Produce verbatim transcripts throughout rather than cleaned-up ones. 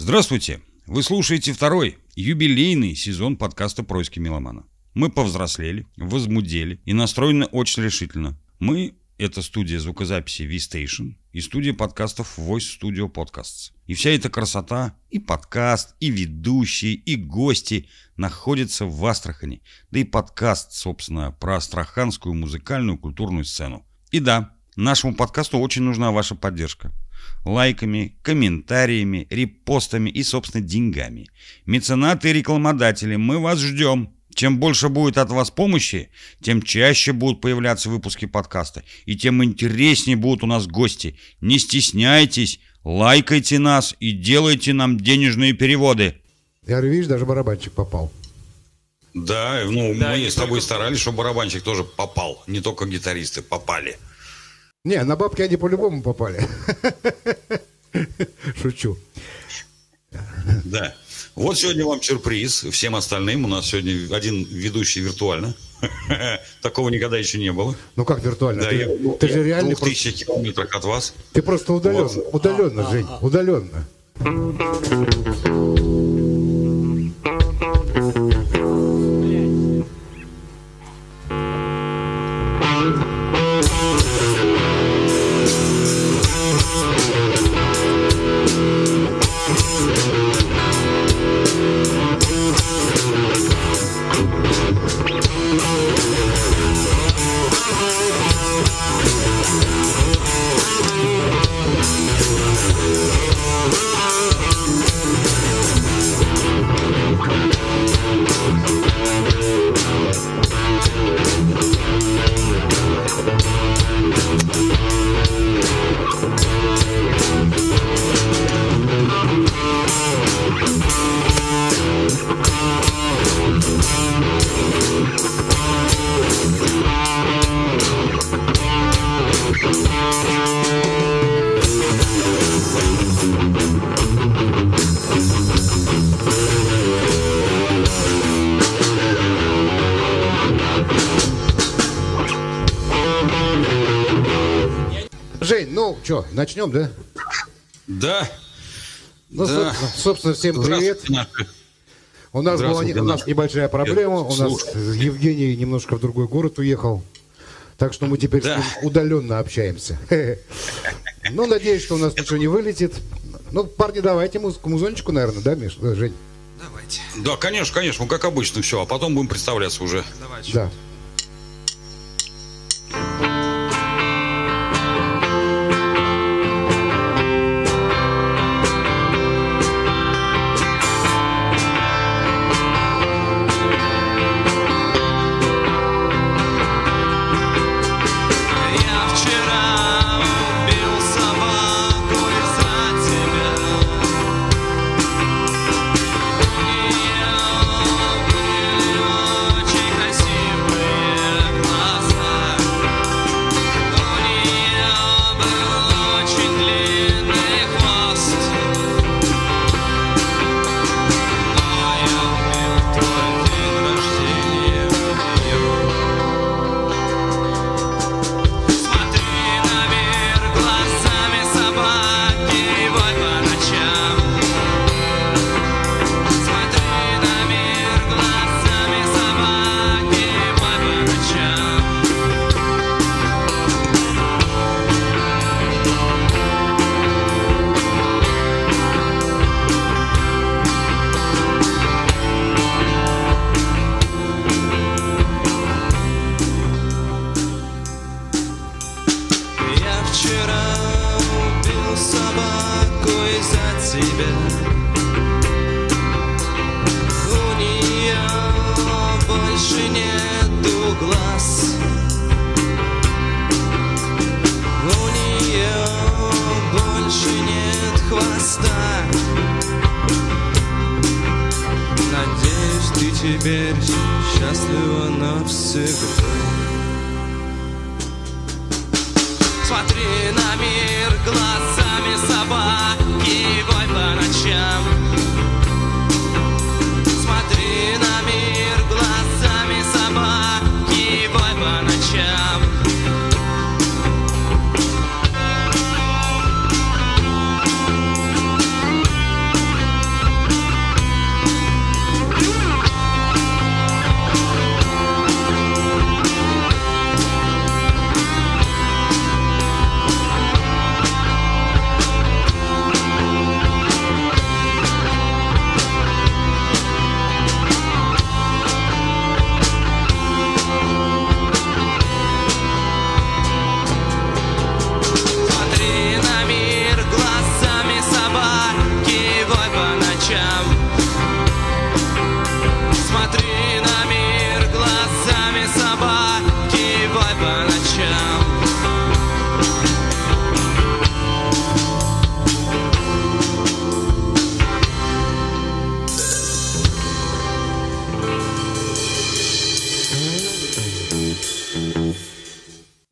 Здравствуйте! Вы слушаете второй юбилейный сезон подкаста «Происки меломана». Мы повзрослели, возмудели и настроены очень решительно. Мы — это студия звукозаписи V-Station и студия подкастов Voice Studio Podcasts. И вся эта красота, и подкаст, и ведущие, и гости находятся в Астрахани. Да и подкаст, собственно, про астраханскую музыкальную культурную сцену. И да, нашему подкасту очень нужна ваша поддержка. Лайками, комментариями, репостами и, собственно, деньгами. Меценаты и рекламодатели, мы вас ждем. Чем больше будет от вас помощи, тем чаще будут появляться выпуски подкаста, и тем интереснее будут у нас гости. Не стесняйтесь, лайкайте нас и делайте нам денежные переводы. Я говорю, видишь, даже барабанчик попал. Да, ну да, мы с тобой старались, чтобы барабанчик тоже попал. Не только гитаристы попали. Не, на бабки они по-любому попали. Шучу. Да. Вот сегодня вам сюрприз. Всем остальным. У нас сегодня один ведущий виртуально. Такого никогда еще не было. Ну как виртуально? Да, ты, я, ты я же реально... в двух тысячах просто... километрах от вас. Ты просто удаленно. Вот. Удаленно, Жень. Удаленно. Жень, ну что, начнем, да? Да. Ну, да. Собственно, собственно, всем привет. У нас была не, у нас небольшая проблема. У нас Евгений немножко в другой город уехал. Так что мы теперь да. удаленно общаемся. Ну, надеюсь, что у нас ничего не вылетит. Ну, парни, давайте музыку, музончику, наверное, да, Миш? Жень? Давайте. Да, конечно, конечно, ну как обычно все, а потом будем представляться уже. Давайте. Да. Теперь счастлива навсегда. Смотри на мир глазами собаки, вой по ночам. Смотри на мир глазами собаки, вой по ночам.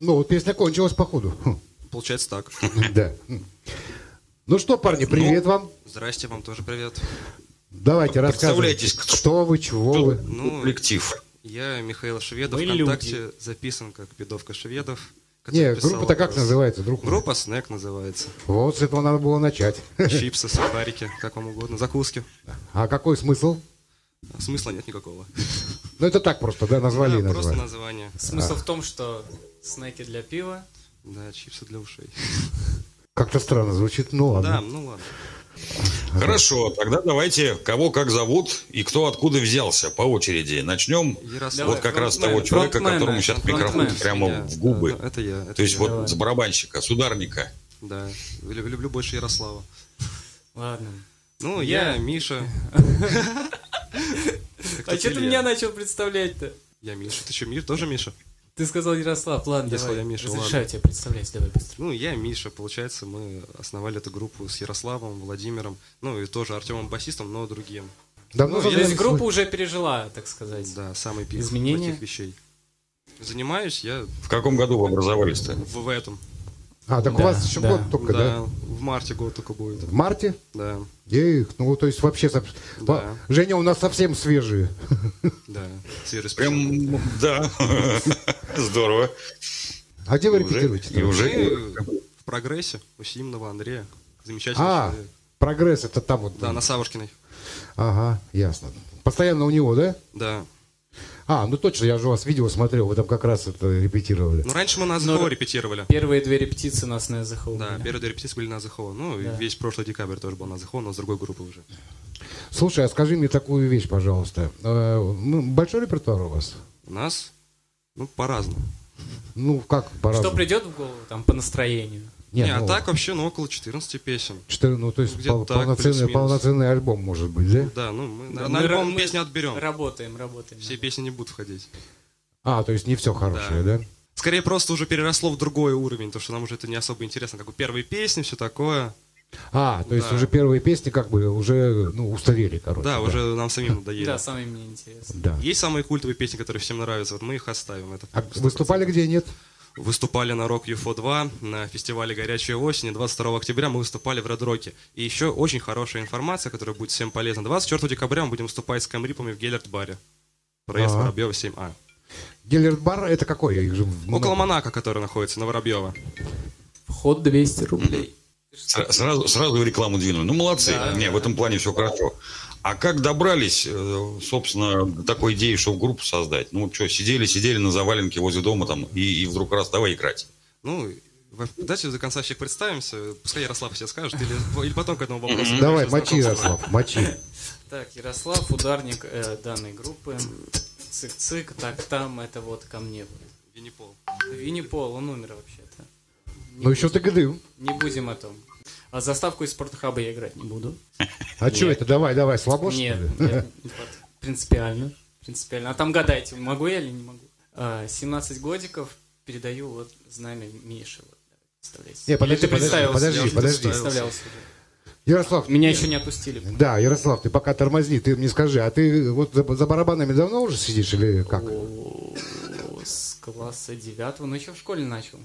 Ну, вот песня кончилась, походу. Получается так. Да. Ну что, парни, привет вам. Здрасте, вам тоже привет. Давайте рассказывайте, Представляйтесь, кто вы, чего вы. Ну, коллектив. я Михаил Шведов, Мы ВКонтакте люди. записан как Бедовка Шведов. Не, писал группа-то как вопрос. называется, друг мой? Группа Снэк называется. Вот с этого надо было начать. Чипсы, сухарики, как вам угодно, закуски. А какой смысл? Смысла нет никакого. Ну это так просто, да, назвали и Да, просто назвали. название. Смысл в том, что снеки для пива. Да, чипсы для ушей. Как-то странно звучит, ну Да, ладно. ну ладно. Хорошо, тогда давайте, кого как зовут и кто откуда взялся, по очереди. Начнем Ярослав. вот как раз фронтмен, того человека, фронтмен, которому сейчас фронтмен. микрофон прямо Я. в губы. Да, это я. Это То есть я. вот Давай. с барабанщика, с ударника. Да, Лю- люблю больше Ярослава. Ладно. Ну, Я- я, Миша. А что ты меня начал представлять-то? Я Миша. Ты что, Миш? Тоже Миша? Ты сказал Ярослав, ладно, Если давай. я Миша, Разрешаю ладно. тебе представлять, давай быстро. Ну, я Миша. Получается, мы основали эту группу с Ярославом, Владимиром, ну и тоже Артемом басистом, но другим. Давно Ну, То я есть задаем группа свой- уже пережила, так сказать. Да, самый пик Изменения? таких вещей. Занимаюсь я В каком году вы образовались-то? в, в этом. А, так у Да, вас еще да. год только, да, да? в марте год только будет. В марте? Да, Эх, ну то есть вообще... сов- Да. Женя у нас совсем свежие. да. Свежий Прям, да, здорово. А где вы И уже- репетируете? и уже- Мы в прогрессе у Симонова Андрея. Замечательный А, человек. прогресс это там вот. Да, на Савушкиной. Ага, ясно. Постоянно у него, да? Да. А, ну точно, я же у вас видео смотрел, вы там как раз это репетировали. Ну, раньше мы на Ну, АЗХО репетировали. Первые две репетиции у нас на ЗХУ. Да, первые две репетиции были на АЗХО. Ну, и Да. весь прошлый декабрь тоже был на АЗХО, но с другой группы уже. Слушай, а скажи мне такую вещь, пожалуйста. Э, ну, большой репертуар у вас? У нас, ну, по-разному. Ну, как Что по-разному? придет в голову там по настроению? Нет, Не, ну, а так вообще, ну, около четырнадцати песен. четыре- ну, то есть где-то пол- так, полноценный, плюс-минус. полноценный альбом может быть, да? Да, ну, мы на, Да, на мы альбом ра- мы песни отберем. Работаем, работаем. Все песни не будут входить. А, то есть не все хорошее, да? Скорее, просто уже переросло в другой уровень, то что нам уже это не особо интересно. Как бы первые песни, все такое. А, то есть Да. уже первые песни как бы уже, ну, устарели, короче. Да, уже нам самим надоели. Да, самое мне интересно. Да. Есть самые культовые песни, которые всем нравятся, вот мы их оставим. Это А сто выступали где, нет? Выступали на Rock ю эф о два, на фестивале «Горячая осень», и двадцать второго октября мы выступали в Red Rock'е. И еще очень хорошая информация, которая будет всем полезна. двадцать четвёртого декабря мы будем выступать с Камрипами в Геллерт-баре. Проезд Ага. Воробьева семь А. Геллерт бар это какой? Их же много. Около Монако, который находится на Воробьева. Вход двести рублей. Сра- Сразу, сразу рекламу двинули. Ну, молодцы. Не, в этом плане все хорошо. А как добрались, э, собственно, до такой идеи, чтобы группу создать? Ну, что, сидели, сидели на заваленке возле дома там, и, и вдруг раз, давай играть. Ну, во- давайте до конца всех представимся. Пускай Ярослав все скажет, или, или потом к этому вопросу. Давай, Все мочи, знакомство. Ярослав, мочи. Так, Ярослав, ударник э, данной группы. Цик-цик, так там, это вот ко мне. Винни Пол. Винни Пол, он умер вообще-то. Не Ну еще ты будем- гдым. Не будем о том. А заставку из Спортхаба я играть не буду. А что это? Давай, давай, слабо что Нет, ли? нет, вот, принципиально. Принципиально. А там гадайте, могу я или не могу. А, семнадцать годиков передаю вот знамя Миши. Вот, представляете. Не, подожди, Или ты подожди, представился? подожди, Я уже подожди. представлялся уже. Ярослав, Меня еще не отпустили. да, Ярослав, ты пока тормозни, ты мне скажи, а ты вот за, за барабанами давно уже сидишь или как? О, с класса девятого, ну еще в школе начал.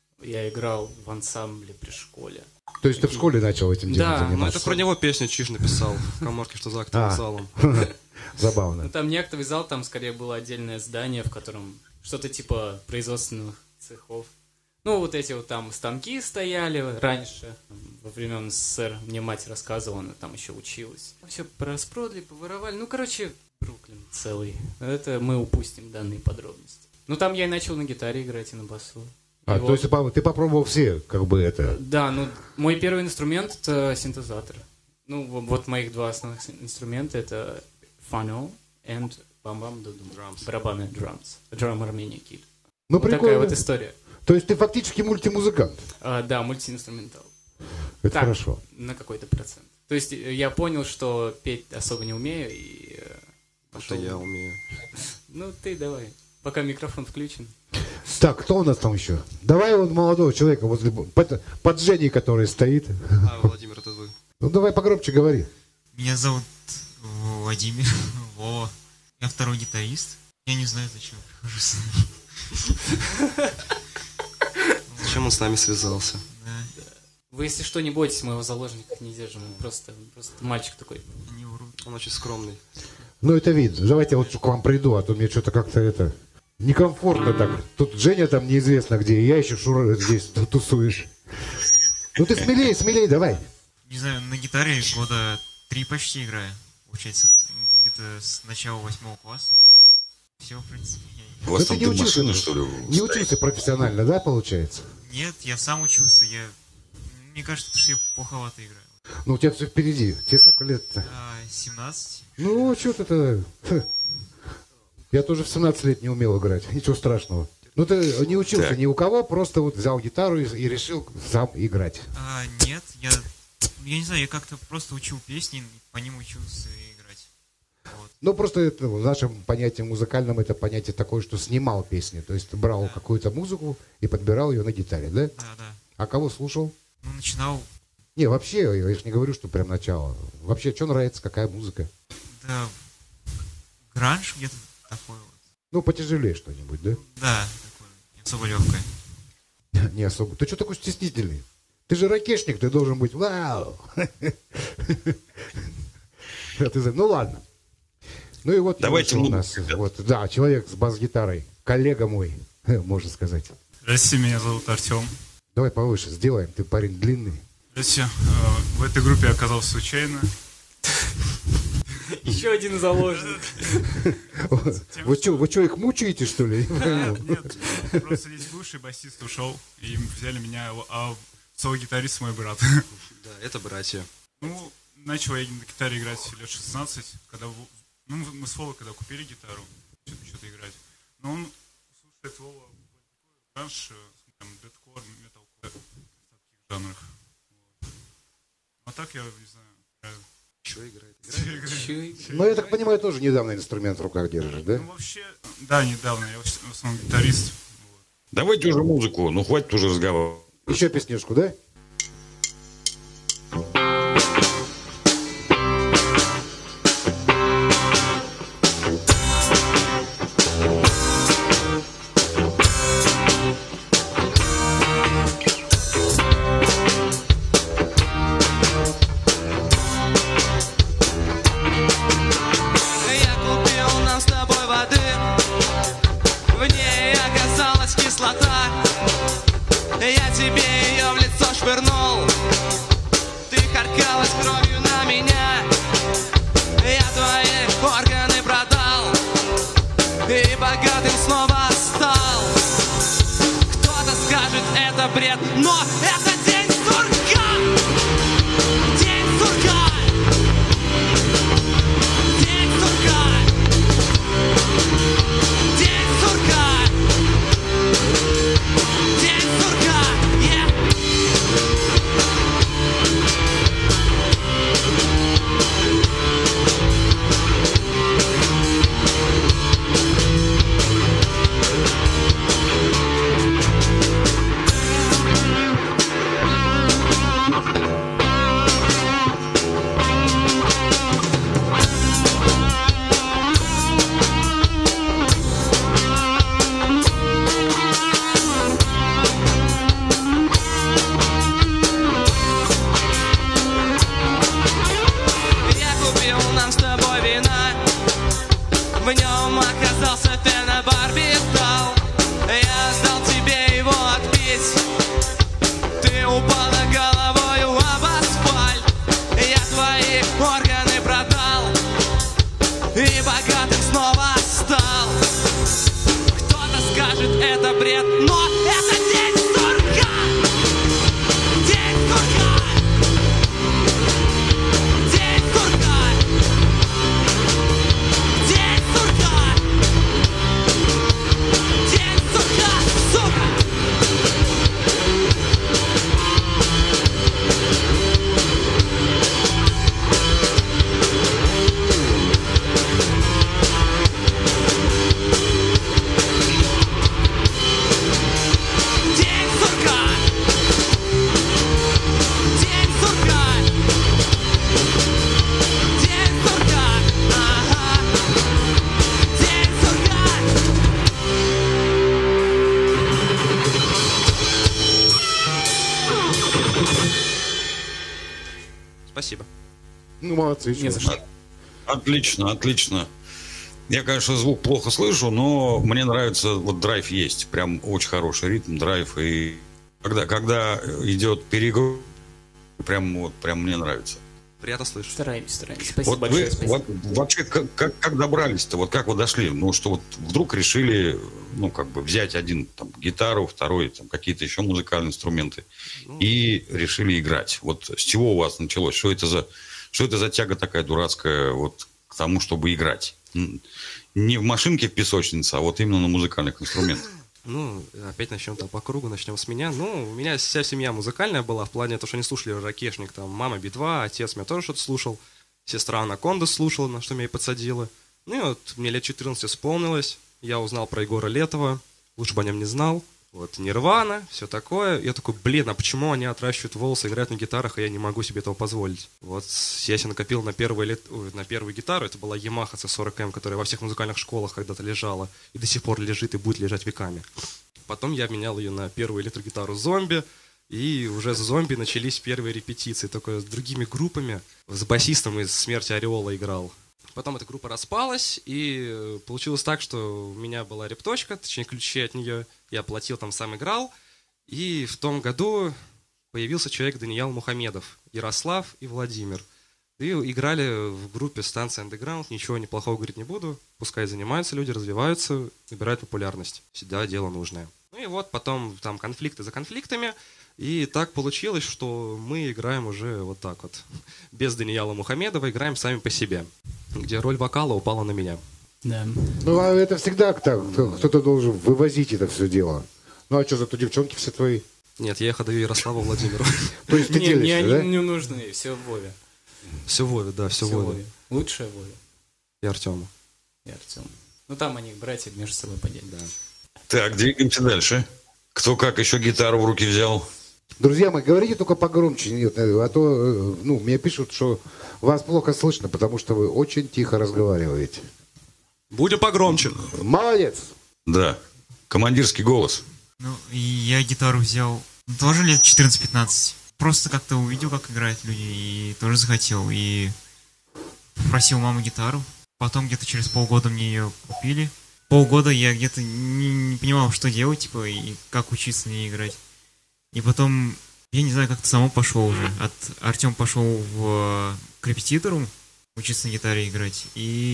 Я играл в ансамбле при школе. То есть ты в школе начал этим делом Да, ну, Ну, заниматься? это про него песню Чиж написал в коморке, что за актовым А. залом. Ну Забавно. там не актовый зал, там скорее было отдельное здание, в котором что-то типа производственных цехов. Ну, вот эти вот там станки стояли раньше, во времен СССР. Мне мать рассказывала, она там еще училась. Все пораспродали, поворовали. Ну, короче, Бруклин целый. Это мы упустим данные подробности. Ну, там я и начал на гитаре играть и на басу. А, И то вот- есть ты, по- ты попробовал все, как бы это... Да, ну, мой первый инструмент — это синтезатор. Ну, в- вот моих два основных с- инструмента — это funnel and бам-бам-дудум. Drums. Барабаны, drums. Drum Armenia Kid. Ну, Вот такая прикольно. вот история. То есть ты фактически мультимузыкант. А, да, мультиинструментал. Это Так, хорошо. на какой-то процент. То есть э, я понял, что петь особо не умею, и э, Это пошел... я умею. Ну, ты давай, пока микрофон включен. Так, кто у нас там еще? Давай вот молодого человека возле... Под, под Женей, который стоит. А, Владимир, это вы. Ну, давай погромче говори. Меня зовут Владимир. Вова. Я второй гитарист. Я не знаю, зачем я прихожу с зачем он с нами связался. Да. Вы, если что, не бойтесь, мы его в заложниках не держим. Он просто, просто мальчик такой. Не врут. Он очень скромный. Ну, это видно. Давайте я вот к вам приду, а то мне что-то как-то это... Некомфортно так. Тут Женя там неизвестно где, и я еще Шура здесь тусуешь. Ну, ты смелее, смелее, давай. Не знаю, на гитаре года три почти играю. Получается, где-то с начала восьмого класса. Все, в принципе. Я... У вас Но там ты не дым учился, машины, что ли? не учился профессионально, да, получается? Нет, я сам учился, я... Мне кажется, что я плоховато играю. Ну, у тебя все впереди. Тебе сколько лет-то? А, семнадцать. Ну, что ты-то... Я тоже в семнадцать лет не умел играть. Ничего страшного. Ну, ты не учился Так. ни у кого, просто вот взял гитару и, и решил сам играть. А, нет, я... Я не знаю, я как-то просто учил песни, по ним учился играть. Вот. Ну, просто это, в нашем понятии музыкальном это понятие такое, что снимал песни. То есть ты брал Да. какую-то музыку и подбирал ее на гитаре, да? Да, да. А кого слушал? Ну, начинал... Не, вообще, я же не говорю, что прям начало. Вообще, что нравится, какая музыка? Да... Гранж где-то такой вот. Ну, потяжелее что-нибудь, да? Да, такое. Не особо легкое. Не особо. Ты что такой стеснительный? Ты же ракешник, ты должен быть вау. Ну ладно. Ну и вот Давайте у нас, вот, да, человек с бас-гитарой, коллега мой, можно сказать. Здравствуйте, меня зовут Артем. Давай повыше сделаем, ты парень длинный. Здравствуйте. Э, В этой группе я оказался случайно. Еще один заложник. Вы что, вы что, их мучаете, что ли? Нет, просто здесь бывший басист ушел, и взяли меня, а соло-гитарист мой брат. Да, это братья. Ну, начал я на гитаре играть лет шестнадцать, когда, в- ну, мы с Вовой, когда купили гитару, что-то, что-то играть. Но он слушает Вова раньше, там, дэткор, металкор, в таких жанрах. Вот. А так я, не знаю, играю. Чего играет? Играет? Ну, я так понимаю, тоже недавно инструмент в руках держишь, да? Ну, вообще, да, недавно, я в основном гитарист. Вот. Давайте уже музыку, ну хватит уже разговор. Еще песнюшку, да? Я купил нам с тобой воды, в ней оказалась кислота. Я тебе ее в лицо швырнул, ты харкалась кровью на меня. Я твои органы продал и богатым снова стал. Кто-то скажет, это бред, но это день сурка. День сурка. День сурка. День сурка. День сурка. Yeah. Я купил нам с тобой вина, в нем оказался фенобарбитал. Я дал тебе его отпить, ты упала головою об асфальт. Я твои органы продал и богатым снова стал. Кто-то скажет, это бред, но это день сурка. День сурка. День сурка! День сурка! День сурка, сука! Ну, молодцы. Не за что. Отлично, отлично. Я, конечно, звук плохо слышу, но мне нравится, вот драйв есть. Прям очень хороший ритм, драйв. И когда, когда идет перегруз, прям, вот, прям мне нравится. Приятно слышать. Стараемся, стараемся. Спасибо Вот большое. вы Спасибо. вот, вообще как, как, как добрались-то? Вот как вы дошли? Ну, что вот вдруг решили, ну, как бы взять один там, гитару, второй, там, какие-то еще музыкальные инструменты ну, и решили играть. Вот с чего у вас началось? Что это за, что это за тяга такая дурацкая вот к тому, чтобы играть? Не в машинке в песочнице, а вот именно на музыкальных инструментах. Ну, опять начнем там по кругу, начнем с меня. Ну, у меня вся семья музыкальная была, в плане того, что они слушали Ракешник, там, мама Би два, отец меня тоже что-то слушал, сестра Анаконда слушала, на что меня и подсадила. Ну, и вот мне лет четырнадцать исполнилось, я узнал про Егора Летова, лучше бы о нем не знал. Вот, Нирвана, все такое. Я такой, блин, а почему они отращивают волосы, играют на гитарах, а я не могу себе этого позволить? Вот я себе накопил на, первое лет... Ой, на первую гитару, это была Yamaha си сорок эм, которая во всех музыкальных школах когда-то лежала, и до сих пор лежит и будет лежать веками. Потом я менял ее на первую электрогитару «Зомби», и уже с «Зомби» начались первые репетиции, только с другими группами. С басистом из «Смерти Ореола» играл. Потом эта группа распалась, и получилось так, что у меня была репточка, точнее ключи от нее, я платил, там сам играл. И в том году появился человек Даниил Мухамедов, Ярослав и Владимир. И играли в группе «Станция Underground», ничего неплохого говорить не буду, пускай занимаются люди, развиваются, набирают популярность. Всегда дело нужное. Ну и вот потом там конфликты за конфликтами. И так получилось, что мы играем уже вот так вот. Без Даниила Мухамедова играем сами по себе. Где роль вокала упала на меня. Да. Ну, а это всегда так. Кто-то должен вывозить это все дело. Ну, а что, зато девчонки все твои? Нет, я их отдаю Ярославу Владимиру. То есть ты Не, мне делишься, они да? не нужны, все Вове. Все Вове, да, все Всё Вове. Вове. Лучшее Вове И Артему. и Артем. Ну там они братья между собой поделят. Да. Так, двигаемся дальше. Кто как еще гитару в руки взял? Друзья мои, говорите только погромче, нет, а то, ну, мне пишут, что вас плохо слышно, потому что вы очень тихо разговариваете. Будем погромче. Молодец! Да, командирский голос. Ну, и я гитару взял тоже лет четырнадцать-пятнадцать. Просто как-то увидел, как играют люди, и тоже захотел. И попросил маму гитару. Потом где-то через полгода мне ее купили. Полгода я где-то не, не понимал, что делать, типа, и как учиться на ней играть. И потом, я не знаю, как-то само пошел уже. От Артем пошел в, к репетитору учиться на гитаре играть.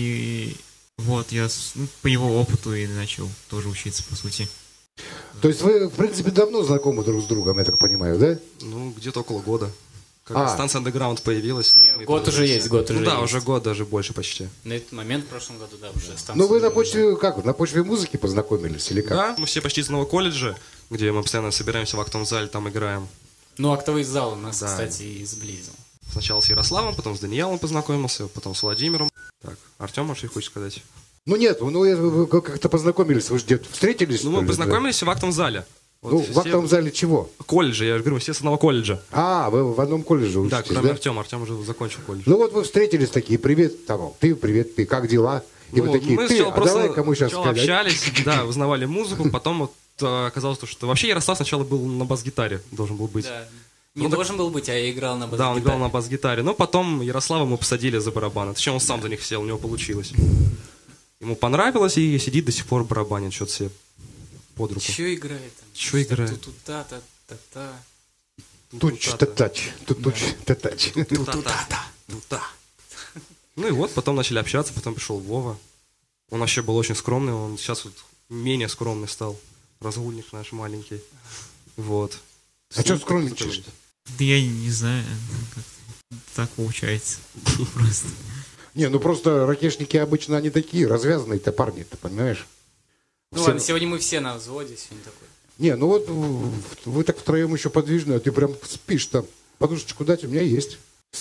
И вот, я ну, по его опыту и начал тоже учиться, по сути. То есть вы, в принципе, давно знакомы друг с другом, я так понимаю, да? Ну, где-то около года. Как А. станция Underground появилась. Не, мы год уже появились. есть, год Ну уже да, есть. уже год, даже больше почти. На этот момент в прошлом году, да, уже станция. Ну вы на Underground. почве, как, на почве музыки познакомились или как? Да, мы все почти из одного колледжа, где мы постоянно собираемся в актовом зале, там играем. Ну, актовый зал у нас, Да. кстати, и сблизил. Сначала с Ярославом, потом с Даниилом познакомился, потом с Владимиром. Так, Артем, может, что хочешь сказать? Ну нет, ну вы вы как-то познакомились, вы же где-то встретились? Ну, что мы ли, познакомились в актовом зале. Вот да? Ну, все- в актовом зале чего? Колледжа, я же говорю, мы все с одного колледжа. А, вы в одном колледже Да, учитесь, кроме да? Артема. Артем уже закончил колледж. Ну вот вы встретились такие, привет, там, ты, привет, ты, как дела? И Ну, вы такие, мы ты, сначала а просто давай кому сейчас сначала сказать? общались, да, узнавали музыку, потом вот э, оказалось, то, что вообще Ярослав сначала был на бас-гитаре, должен был быть. Да. Не Ну, так- должен был быть, а я играл на бас-гитаре. Да, он играл на бас-гитаре. Но потом Ярослава мы посадили за барабаны. Точнее, он сам за них сел, у него получилось. Ему понравилось, и сидит до сих пор барабанит что-то себе под руку. Чё играет там? Чё играет? Ту-ту-та-та-та-та. Туч, татач, туч, татач. Ту-та-та. Ту-та. Ну и вот, потом начали общаться, потом пришел Вова. Он вообще был очень скромный, он сейчас вот менее скромный стал. Разгульник наш маленький. Вот. А чё скромничаешь? Да я не знаю, как так получается. Просто. Не, ну просто ракешники обычно они такие, развязанные-то парни, ты понимаешь? Ну Все- ладно, сегодня мы все на взводе, сегодня такой. Не, ну вот в- вы так втроем еще подвижны, а ты прям спишь там. Подушечку дать у меня есть.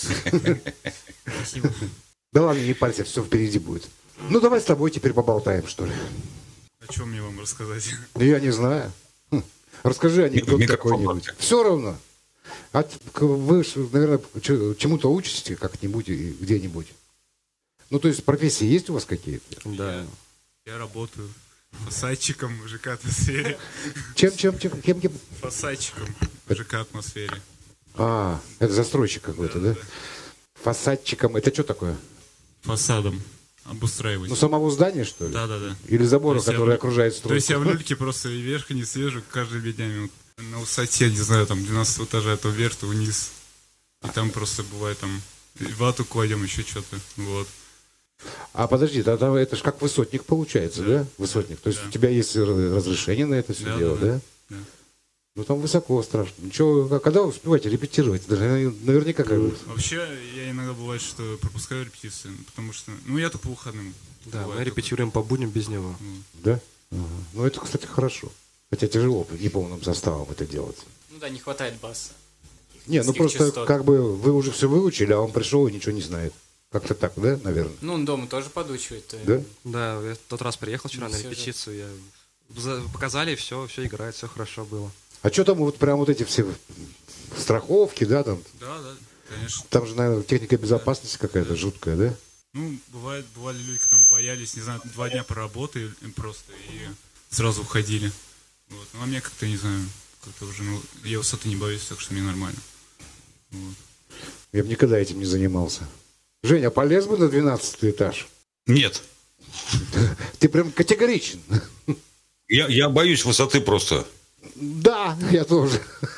Спасибо. Да ладно, не парься, все впереди будет. Ну давай с тобой теперь поболтаем, что ли. О чем мне вам рассказать? Да я не знаю. Хм. Расскажи анекдот Микрофон какой-нибудь. дайте. Все равно. А т- к- вы, ж, наверное, ч- чему-то учитесь как-нибудь и где-нибудь. Ну, то есть профессии есть у вас какие-то? Да. Я работаю фасадчиком в ЖК атмосфере. Чем, чем, чем, кем, кем? Фасадчиком в ЖК атмосфере. А, это застройщик какой-то, да? Фасадчиком. Это что такое? Фасадом обустраивать. Ну, самого здания, что ли? Да, да, да. Или забора, который я, окружает стройку? То есть я в люльке просто и вверх, и не свежу каждыми днями. Вот, на высоте, не знаю, там двенадцатого этажа, то вверх, то вниз. И там просто бывает там вату кладем, еще что-то. Вот. А подожди, тогда это же как высотник получается, да? да? Высотник. То есть да. у тебя есть разрешение на это все да, дело, да? да? да? Ну там высоко, страшно. Ничего, когда вы успеваете репетировать? Даже наверняка как бы. Вообще, я иногда бывает, что пропускаю репетиции, потому что, ну я-то по выходным. Да, мы репетируем по будням без него. Да? Ага. Ну это, кстати, хорошо. Хотя тяжело неполным составом это делать. Ну да, не хватает баса. Не, ну просто частот. как бы вы уже все выучили, а он пришел и ничего не знает. Как-то так, да, наверное? Ну, он дома тоже подучивает. Да? Да, я тот раз приехал вчера Ну, на всё же. репетицию, я... за- показали, все, все играет, все хорошо было. А что там вот прям вот эти все страховки, да, там? Да, да, конечно. Там же, наверное, техника безопасности какая-то жуткая, да? Ну, бывает, бывали люди, которые боялись, не знаю, два дня проработали просто и сразу уходили. Вот. Ну, а мне как-то, не знаю, как-то уже, ну, я высоты не боюсь, так что мне нормально. Вот. Я бы никогда этим не занимался. Женя, полез бы на двенадцатый этаж? Нет. Ты прям категоричен. Я, я боюсь высоты просто. Да, я тоже.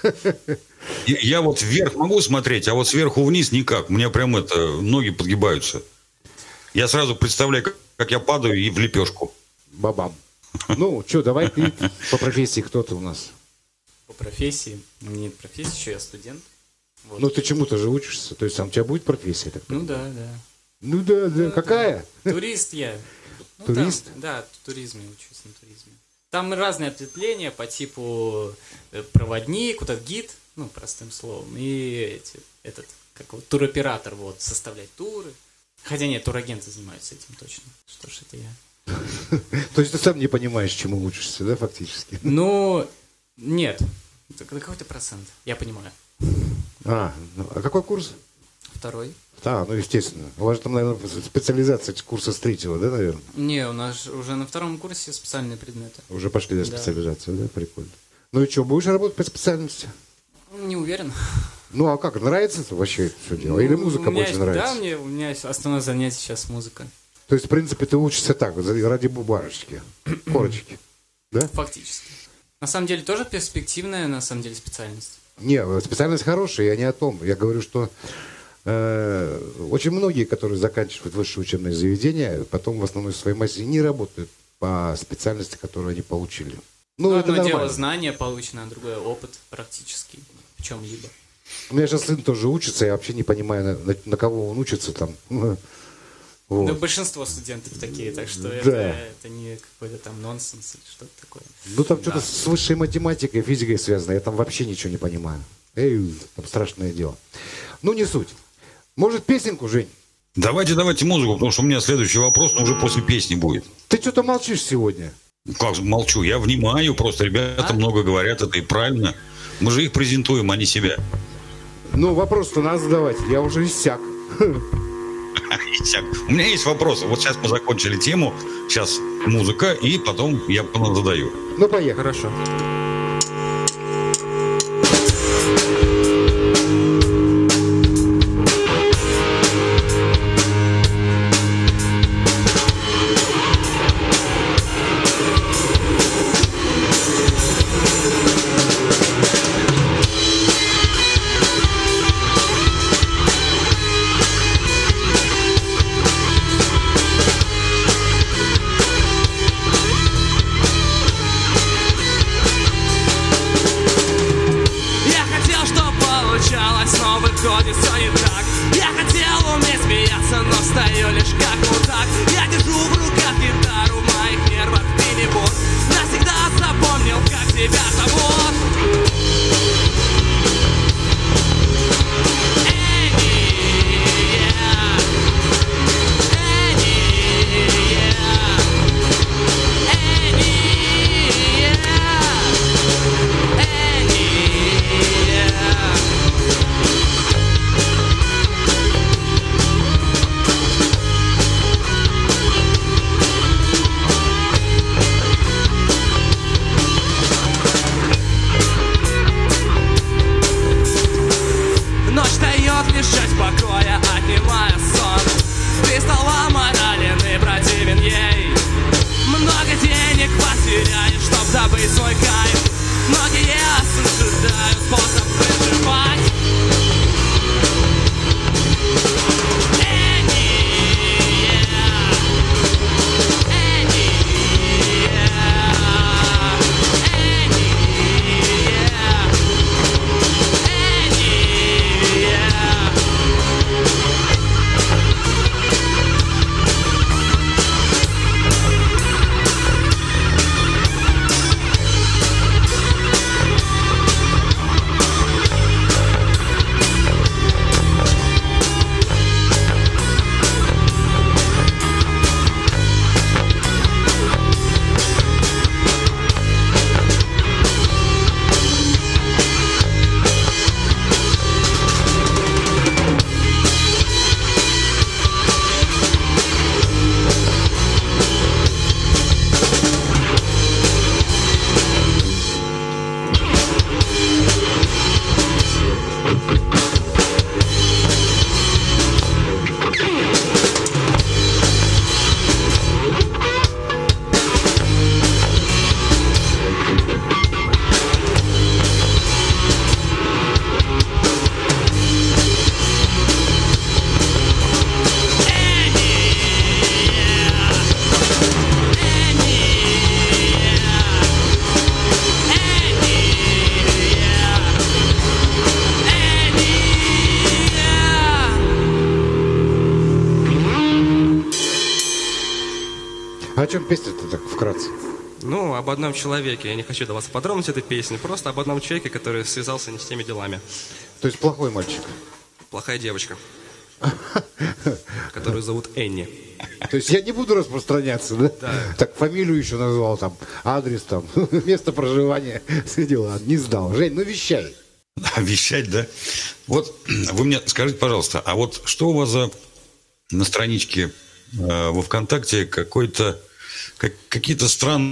Я, я вот вверх могу смотреть, а вот сверху вниз никак. У меня прям это, ноги подгибаются. Я сразу представляю, как, как я падаю и в лепешку. Бабам. Ну, что, давай ты по профессии кто-то у нас. По профессии. Нет профессии, еще я студент. Вот. Ну, ты чему-то же учишься. То есть там у тебя будет профессия? Так? Ну да, да. Ну да, да. Какая? Турист я. Ну, Турист? там, да, в туризме учусь, на туризме. Там разные ответвления по типу э, проводник, вот этот гид, ну, простым словом, и эти, этот, как вот, туроператор, вот, составлять туры. Хотя нет, турагенты занимаются этим точно. Что ж это я. То есть ты сам не понимаешь, чему учишься, да, фактически? Ну, нет. Это какой-то процент, я понимаю. А, ну, а какой курс? Второй. Да, ну, естественно. У вас там, наверное, специализация курса с третьего, да, наверное? Не, у нас уже на втором курсе специальные предметы. Уже пошли на Да. специализацию, да? Прикольно. Ну и что, будешь работать по специальности? Не уверен. Ну, а как, нравится это вообще все дело? Или музыка У меня больше есть- нравится? Да, мне, у меня есть основное занятие сейчас музыка. То есть, в принципе, ты учишься так, за- ради бубарочки, корочки, да? Фактически. На самом деле тоже перспективная, на самом деле, специальность. Не, специальность хорошая, я не о том. Я говорю, что э, очень многие, которые заканчивают высшее учебное заведение, потом в основной своей массе не работают по специальности, которую они получили. Ну, Ну, это одно дело нормально. знания получено, а другое опыт практический в чем-либо. У меня сейчас сын тоже учится, я вообще не понимаю, на, на- на кого он учится там. Вот. Да, большинство студентов такие, так что Да. это, это не какой-то там нонсенс или что-то такое. Ну, там что-то Да. с высшей математикой, физикой связано. Я там вообще ничего не понимаю. Эй, там страшное дело. Ну, не суть. Может, песенку, Жень? Давайте, давайте музыку, потому что у меня следующий вопрос, но уже после песни будет. Ты что-то молчишь сегодня? Как же молчу? Я внимаю, просто ребята А? много говорят, это и правильно. Мы же их презентуем, а не себя. Ну, вопрос-то надо задавать. Я уже иссяк. Итак, у меня есть вопросы. Вот сейчас мы закончили тему, сейчас музыка, и потом я задаю. Ну, поехали. Хорошо. Thank А о чем песня-то так вкратце? Ну, об одном человеке. Я не хочу даваться в подробности этой песни. Просто об одном человеке, который связался не с теми делами. То есть плохой мальчик. Плохая девочка, которую зовут Энни. То есть я не буду распространяться, да? Да. Так фамилию еще назвал, там, адрес, там, место проживания, все дела. Не сдал. Жень, ну вещай. А вещать, да? Вот вы мне скажите, пожалуйста, а вот что у вас за на страничке э, во ВКонтакте какой-то как, какие-то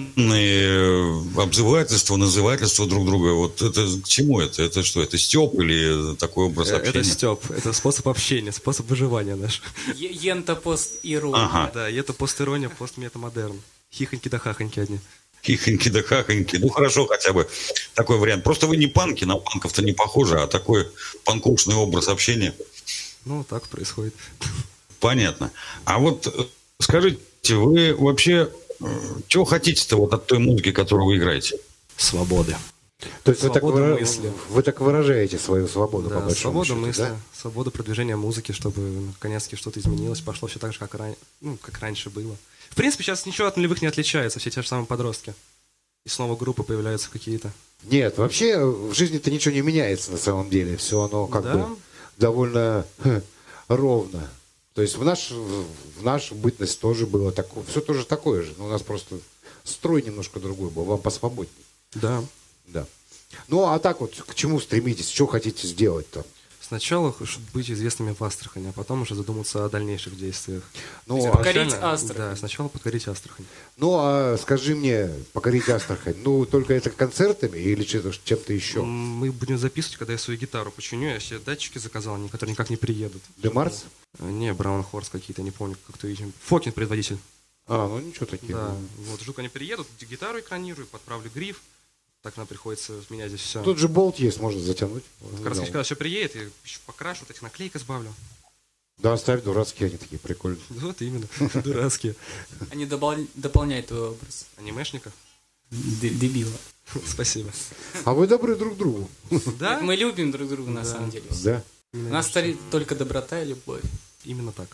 странные обзывательства, назывательства друг друга? Вот это к чему это? Это что? Это стёб или такой образ общения? Это стёб, это способ общения, способ выживания наш. Е- Ента пост ирония. Ага. Да, и это постирония, постметамодерн. Хихоньки да хахоньки одни. Хихоньки да хахоньки. Ну, хорошо, хотя бы такой вариант. Просто вы не панки, на панков-то не похожи, а такой панкушный образ общения. Ну, так происходит. Понятно. А вот э, скажите, вы вообще э, чего хотите-то вот от той музыки, которую вы играете? Свободы. То есть вы так, Свобода выра- мысли. вы так выражаете свою свободу, по Да, большому свобода счету, мысли, да? свобода продвижения музыки, чтобы наконец-таки что-то изменилось, пошло все так же, как, ран... ну, как раньше было. В принципе, сейчас ничего от нулевых не отличается, все те же самые подростки. И снова группы появляются какие-то. Нет, вообще в жизни-то ничего не меняется на самом деле. Все оно как Да. бы довольно хм, ровно. То есть в наш, в нашу бытность тоже было такое, все тоже такое же. Но у нас просто строй немножко другой был, вам посвободнее. Да. Да. Ну, а так вот, к чему стремитесь, что хотите сделать-то? Сначала чтобы быть известными в Астрахани, а потом уже задуматься о дальнейших действиях. Ну, есть а, покорить Изначально- Астрахань. Да, сначала покорить Астрахань. ну, а скажи мне, покорить Астрахань, ну, только это концертами или чем-то, чем-то еще? М, Мы будем записывать, когда я свою гитару починю. Я себе датчики заказал, они, которые никак не приедут. Демарс? Э, Не, Браун Хорс какие-то, не помню, как то видим. Фокин производитель. А, ну ничего таких. Да, вот, жду, они приедут, гитару экранирую, подправлю гриф. Так нам приходится менять здесь все. Тут же болт есть, можно затянуть. Как раз когда все приедет, я еще покрашу, вот этих наклейк избавлю. Да, оставь, дурацкие они такие, прикольные. Вот именно, дурацкие. Они добал- дополняют твой образ. Анимешника? Д- Дебила. Спасибо. А вы добры друг к другу. Да? Мы любим друг друга на самом деле. Да. У нас старит только доброта и любовь. Именно так.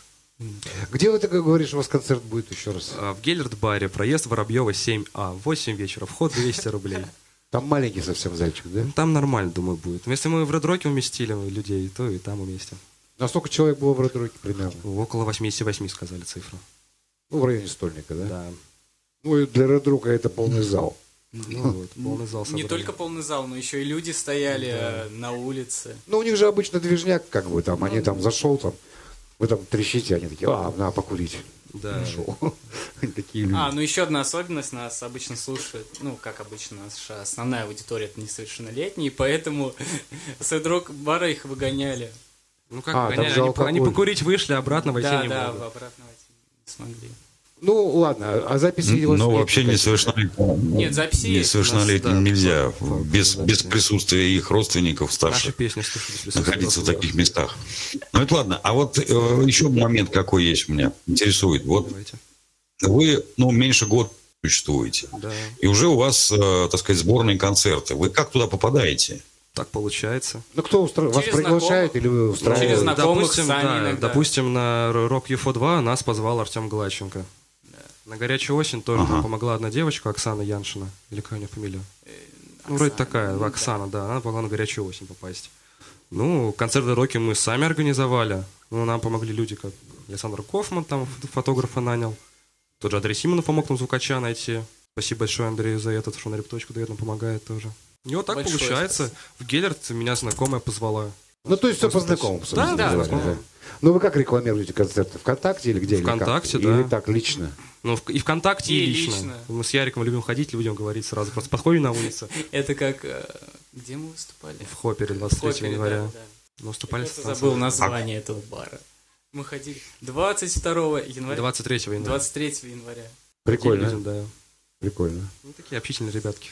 Где вы, ты как говоришь, у вас концерт будет еще раз? А, В Геллерт-баре, проезд Воробьева семь А, восемь вечера, вход двести рублей. Там маленький совсем зальчик, да? Ну, Там нормально, думаю, будет. Но если мы в Red-Rock уместили людей, то и там уместим. На сколько человек было в Red-Rock примерно? Около восемьдесят восемь сказали цифру. Ну, в районе стольника, да? Да. Ну, и для Red-Rock это полный зал. Ну вот, полный зал Не собрали. только полный зал, но еще и люди стояли э, на улице. Ну, у них же обычно движняк, как бы, там, они там зашел, там, вы там трещите, они такие, а, на, покурить. Да. Шел. Они такие люди. А, ну еще одна особенность, нас обычно слушают, ну, как обычно, наша основная аудитория это несовершеннолетние, поэтому с Эдрок бара их выгоняли. Ну как, А, они, там же они, алкоголь. они покурить вышли, обратно войти Да, не да, могут. обратно войти не смогли. Ну, ладно, а записи у вас Ну, нет вообще никаких? несовершеннолетним, Нет, записи есть у нас, несовершеннолетним да, нельзя факт, факт, без, да, без да. присутствия их родственников Наши старших песни слушали. если находиться в слушать, таких местах. Ну, это ладно. А вот э, еще момент какой есть у меня, интересует. Вот Давайте. вы, ну, меньше года существуете. Да, И уже у вас, э, так сказать, сборные концерты. Вы как туда попадаете? так получается. Ну, кто устра... вас Через приглашает знакомых. или вы устраиваете? Через знакомых допустим, сами да, иногда. допустим, на Rock ю эф о два нас позвал Артем Гладченко. На «Горячую осень» тоже Ага. нам помогла одна девочка, Оксана Яншина. Или какая у нее фамилия? Ну, вроде такая, ну, Оксана, да. Она помогла на «Горячую осень» попасть. Ну, концерты роки мы сами организовали. Ну, нам помогли люди, как Александр Кофман, там фотографа нанял. Тот же Андрей Симонов помог нам звукача найти. Спасибо большое Андрею за это, что на репточку дает, нам помогает тоже. И вот так Большое получается. В Геллерт меня знакомая позвала. Ну, то есть все по знакомым. собственно Да, да, говоря, знакомым. Ну, вы как рекламируете концерты? ВКонтакте или где? ВКонтакте, или как? да. Или так, лично? Ну, в- и ВКонтакте, и, И лично. лично. Мы с Яриком любим ходить, людям говорить сразу. Просто подходим на улице. Это как... э, где мы выступали? В Хоппере двадцать третьего Хоппере, января. да, да. Мы выступали Я с просто забыл название этого бара. Мы ходили двадцать второго января, двадцать третьего января. двадцать третьего января. Прикольно, Людям, да. прикольно. Ну, такие общительные ребятки.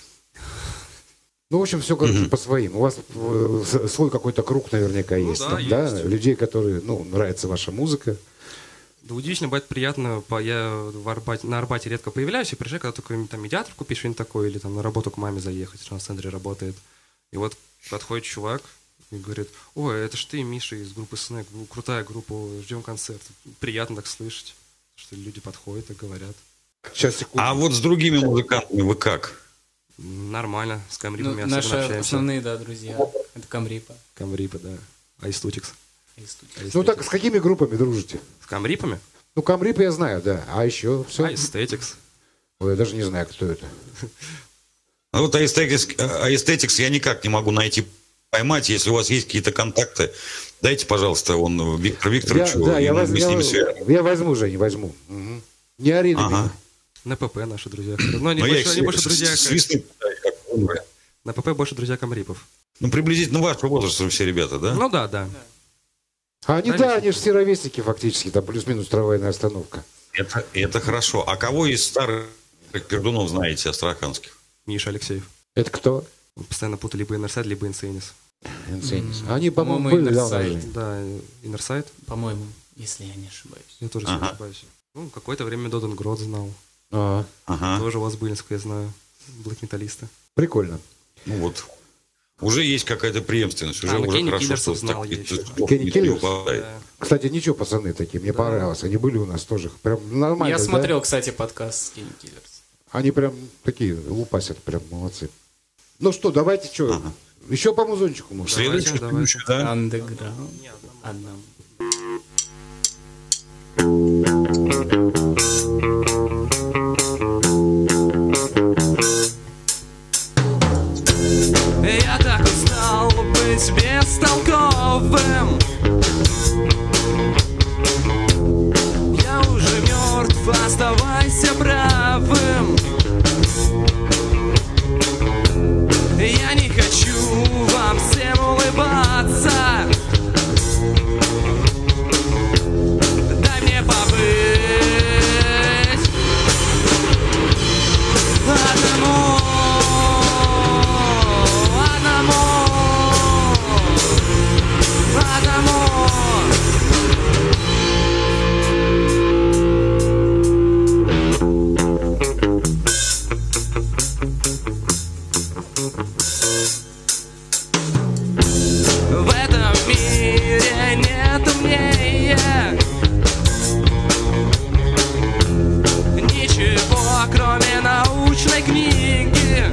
Ну, в общем, все, короче, по своим. У вас э, с- свой какой-то круг наверняка Ну есть. да, там, да? есть. Людей, которые, ну, нравится ваша музыка. Да удивительно, бывает приятно. по- Я в Арбате, на Арбате редко появляюсь и приезжаю, когда только там медиатор купишь, что-нибудь такое, или там на работу к маме заехать, что она в центре работает. И вот подходит чувак и говорит: ой, это ж ты, Миша, из группы Снэк, ну, крутая группа, ждем концерт. Приятно так слышать, что люди подходят и говорят. Сейчас, секунду. А вот с другими музыкантами вы как? Нормально, с Ну, Камрипами особенно наши общаемся. основные, да, друзья. Это Камрипа. Камрипа, да. Айстутикс. Ну так, с какими группами дружите? С Камрипами? Ну, Камрип я знаю, да. А еще все? Айстетикс. Ой, я даже не знаю, кто это. Ну, вот Aesthetics, Aesthetics я никак не могу найти, поймать. Если у вас есть какие-то контакты, дайте, пожалуйста, он Виктор Викторовичу. Я, да, я, мы воз, с я, ними свяжем. я возьму, Женя, возьму. Угу. Не ори на Ага. меня. На ПП наши друзья. Но они Но я больше, их они больше с- друзья. с- как- свистну пытаюсь, как он говорит. На ПП больше друзья Камрипов. Ну, приблизительно вашего возраста все ребята, да? Ну да, да. А они, Да, да, Миша? они же все ровесники фактически, там плюс-минус трамвайная остановка. Это, это хорошо. А кого из старых пердунов знаете, астраханских? Миша Алексеев. Это кто? Он постоянно путал либо Иннерсайд, либо Инсейнис. Инсенис. Они, по-моему, По-моему, были, да, у нас Иннерсайд. же. Да, Иннерсайд. По-моему, если я не ошибаюсь. Я тоже Ага. не ошибаюсь. Ну, какое-то время Доден Грот знал. А, Ага. Тоже вас Былинскую я знаю. Блэк-металлиста. прикольно. Ну вот. Уже есть какая-то преемственность. Уже, А, ну, уже Кенни хорошо, Киллерсов что знал таких я еще. слов Кенни не Киллерс? выпадает. Да. Кстати, ничего, пацаны такие, мне понравилось. Они были у нас тоже. Прям нормально. Я да? смотрел, кстати, подкаст Skinny Killers. Они прям такие лупасят, прям молодцы. Ну что, давайте что? Еще по музончику можно. Следующий, Давайте, следующий, да? Underground. Одному. Я так устал быть бестолковым. Я уже мертв, оставайся правым. Я не хочу вам всем улыбаться. Дай мне побыть одному. Одному, одному. В этом мире нет умнее ничего, кроме научной книги.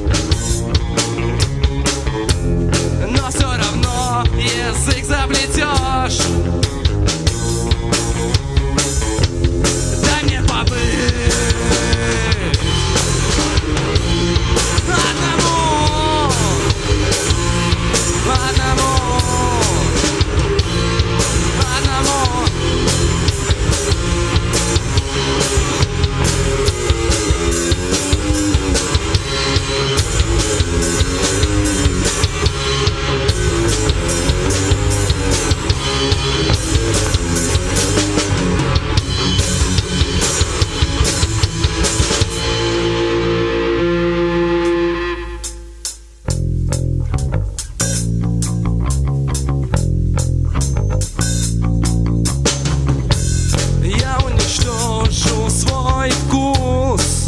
Но все равно язык заплетешь. Дай мне побыть одному, одному, одному. Я уничтожу свой вкус,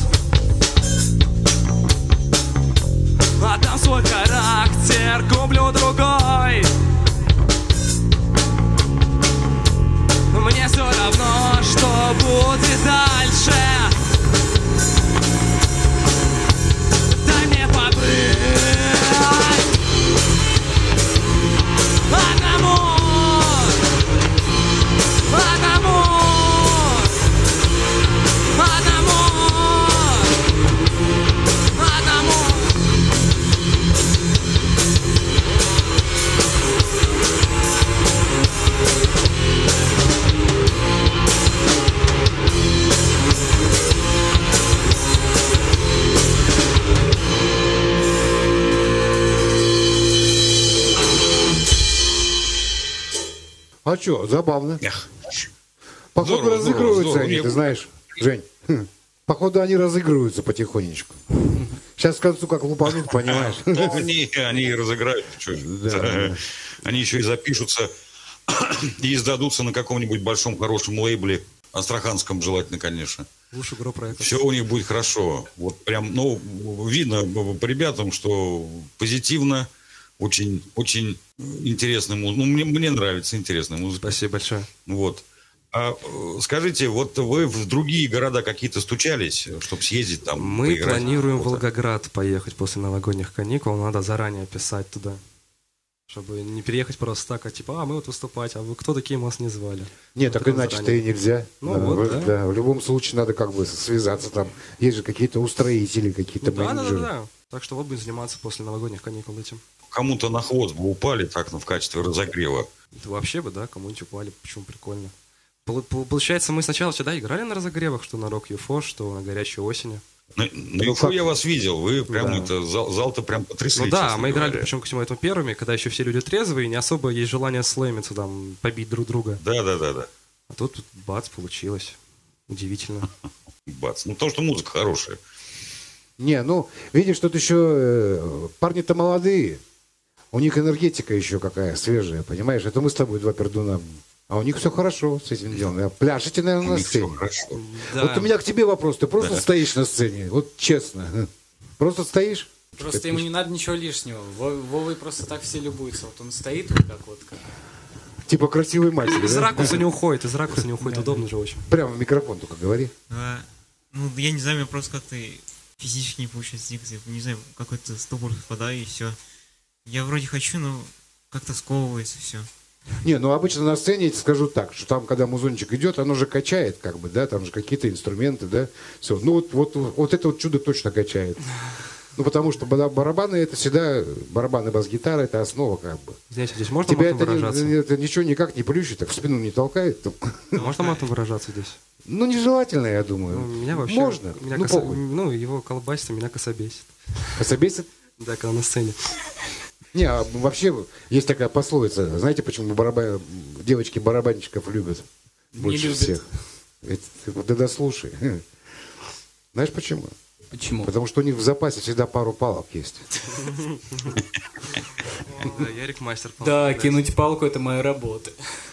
отдам свой характер, куплю другой. Мне все равно, что будет дальше. Дай мне побыть одному, одному, одному, одному. А что, забавно. Эх. Походу Здорово, разыгрываются здорово, они, здорово. ты знаешь, Жень. Хм. Походу они разыгрываются потихонечку. Сейчас к концу как лупанут, понимаешь. Ну, они, они и разыграют. Чё ж. Да. Они еще и запишутся и издадутся на каком-нибудь большом хорошем лейбле, астраханском желательно, конечно. Лучше гро проект. Все у них будет хорошо. Вот прям, ну, видно по ребятам, что позитивно, очень, очень интересная музыка. Ну, мне, мне нравится интересная музыка. Спасибо большое. Вот. А, скажите, вот вы в другие города какие-то стучались, чтобы съездить там? Мы поиграть? планируем в Волгоград поехать после новогодних каникул. Надо заранее писать туда, чтобы не переехать просто так, а типа, а мы вот выступать, а вы кто такие, мы вас не звали. Нет, так иначе-то и нельзя. Ну, да, вот, в, да. да. В любом случае надо как бы связаться там. Есть же какие-то устроители, какие-то Ну, да, да, менеджеры. да, да. Так что вот будем заниматься после новогодних каникул этим. Кому-то на хвост бы упали так, ну, в качестве разогрева. Это вообще бы, да, кому-нибудь упали, почему прикольно. Пол- пол- Получается, мы сначала всегда играли на разогревах, что на Рок Юфо, что на горячей осени. На, на Юфу я вас видел, вы прям Да. это, зал, зал-то прям потрясли. Ну да, честно мы играли, говоря. причем ко всему этому первыми, когда еще все люди трезвые, и не особо есть желание слэмиться, там, побить друг друга. Да, да, да, да. А тут бац, получилось. Удивительно. Бац. Ну, то, что музыка хорошая. Не, ну, видишь, тут еще э, парни-то молодые. У них энергетика еще какая свежая, понимаешь? Это мы с тобой два пердуна. А у них все хорошо с этим делом. А пляшете, наверное, У на них всё сцене. хорошо. Да. Вот у меня к тебе вопрос. Ты просто стоишь на сцене? Вот честно. Просто стоишь? Просто ему не надо ничего лишнего. Во- Вовой просто так все любуются. Вот он стоит вот так вот. Как... Типа красивой матери, Из да? ракурса не уходит, из ракурса не уходит, удобно же очень. Прямо в микрофон только говори. А, ну, я не знаю, мне просто как-то физически не получается двигаться. Я не знаю, какой-то ступор впадаю и все. Я вроде хочу, но как-то сковывается все. Не, ну обычно на сцене, я тебе скажу так, что там, когда музончик идет, оно же качает, как бы, да, там же какие-то инструменты, да, все. Ну вот, вот, вот это вот чудо точно качает. Ну потому что бара- барабаны это всегда, барабаны, бас-гитара это основа, как бы. Здесь, здесь можно Тебя матом это, не- выражаться? это ничего никак не плющит, так в спину не толкает. Можно матом выражаться здесь? Ну нежелательно, я думаю. Ну, меня вообще... Можно. Меня Ну коса- похуй. ну, его колбасит, а меня кособесит. Кособесит? Да, когда на сцене. Не, а вообще есть такая пословица. Знаете, почему бараба- девочки барабанщиков любят больше любят. всех? Это- Да дослушай. Знаешь почему? Почему? Потому что у них в запасе всегда пару палок есть. Да, Ярик мастер. Да, кинуть палку — это моя работа.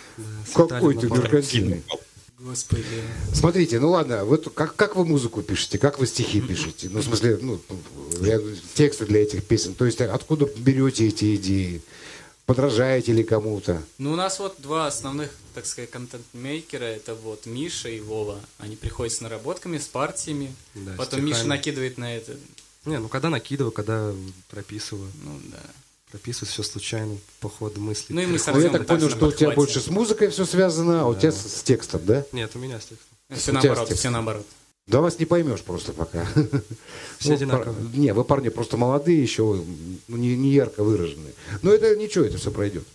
Какой ты меркантильный. Господи. Смотрите, ну ладно, вот как, как вы музыку пишете, как вы стихи пишете? Ну, в смысле, ну, я- тексты для этих песен. То есть откуда берете эти идеи? Подражаете ли кому-то? Ну, у нас вот два основных, так сказать, контент-мейкера. Это вот Миша и Вова. Они приходят с наработками, с партиями. Да, Потом стихами. Миша накидывает на это. Не, ну когда накидываю, когда прописываю. Ну, да. Прописываю все случайно, по ходу мыслей. Ну, и мы с Ну, я Артёмом так понял, также что у тебя на больше с музыкой все связано, а у тебя с, с текстом, да? Нет, у меня с текстом. Все у тебя наоборот, текст. все наоборот. Да вас не поймешь просто пока. Все Ну, одинаковые. пар- Не, вы парни просто молодые еще, ну, не, не ярко выраженные. Но это ничего, это все пройдет.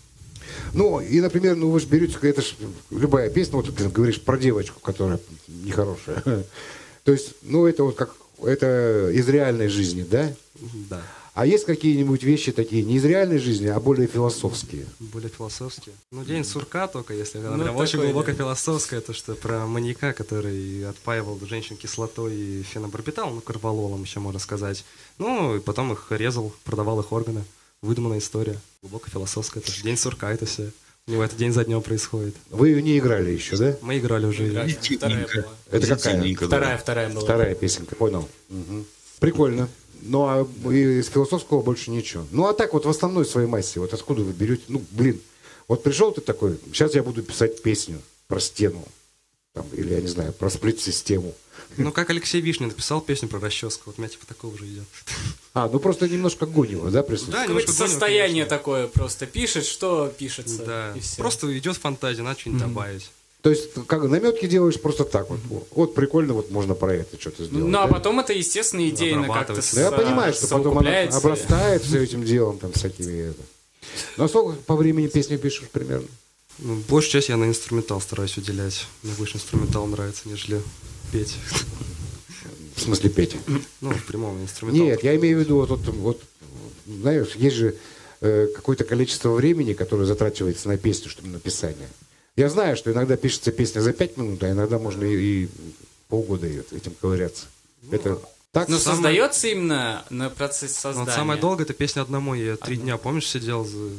Ну, и, например, ну вы же берете, это ж любая песня, вот ты говоришь про девочку, которая нехорошая. То есть, ну, это вот как, это из реальной жизни, да? Да. А есть какие-нибудь вещи такие не из реальной жизни, а более философские? Более философские. Ну, день сурка только, если она Ну, прям очень такой, глубоко да. философская, то что про маньяка, который отпаивал женщин кислотой и фенобарбиталом, ну, карвалолом еще можно сказать. Ну, и потом их резал, продавал их органы. Выдуманная история. Глубоко философская. Это же день сурка, это все. У него это день за днем происходит. Вы ее не играли еще, да? Мы играли уже. её. Вторая Позитивненько. была. Это какая? Позитивненько, да. Вторая, вторая была. Вторая песенка, понял. Мгм. Прикольно. Ну, а из философского больше ничего. Ну, а так вот в основной своей массе, вот откуда вы берете, ну, блин, вот пришел ты такой, сейчас я буду писать песню про стену, там, или, я не знаю, про сплит-систему. Ну, как Алексей Вишнин написал песню про расческу. Вот у меня типа такого уже идет. А, ну просто немножко гонево, да, присутствует? Да, Какое-то немножко гоним, состояние конечно. такое просто пишет, что пишется. Да. И все. Просто идет фантазия, надо что-нибудь добавить. То есть, как наметки делаешь просто так вот. Вот прикольно, вот можно про это что-то сделать. Ну, а да? потом это, естественно, идейно как-то Обрабатывается. Да я со- понимаю, что потом она совокупляется. обрастает все этим делом, там, всякими это. Ну, а сколько по времени песню пишешь примерно? Ну, большую часть я на инструментал стараюсь уделять. Мне больше инструментал нравится, нежели петь. В смысле петь? Ну, в прямом инструментал. Нет, я имею в виду, вот, вот, вот знаешь, есть же э, какое-то количество времени, которое затрачивается на песню, чтобы написание. Я знаю, что иногда пишется песня за пять минут, а иногда можно и, и полгода ее этим ковыряться. Это так? Но Самое- создается именно на процесс Ну, создания. вот самое долгое это песня одному. Я три дня, помнишь, сидел за...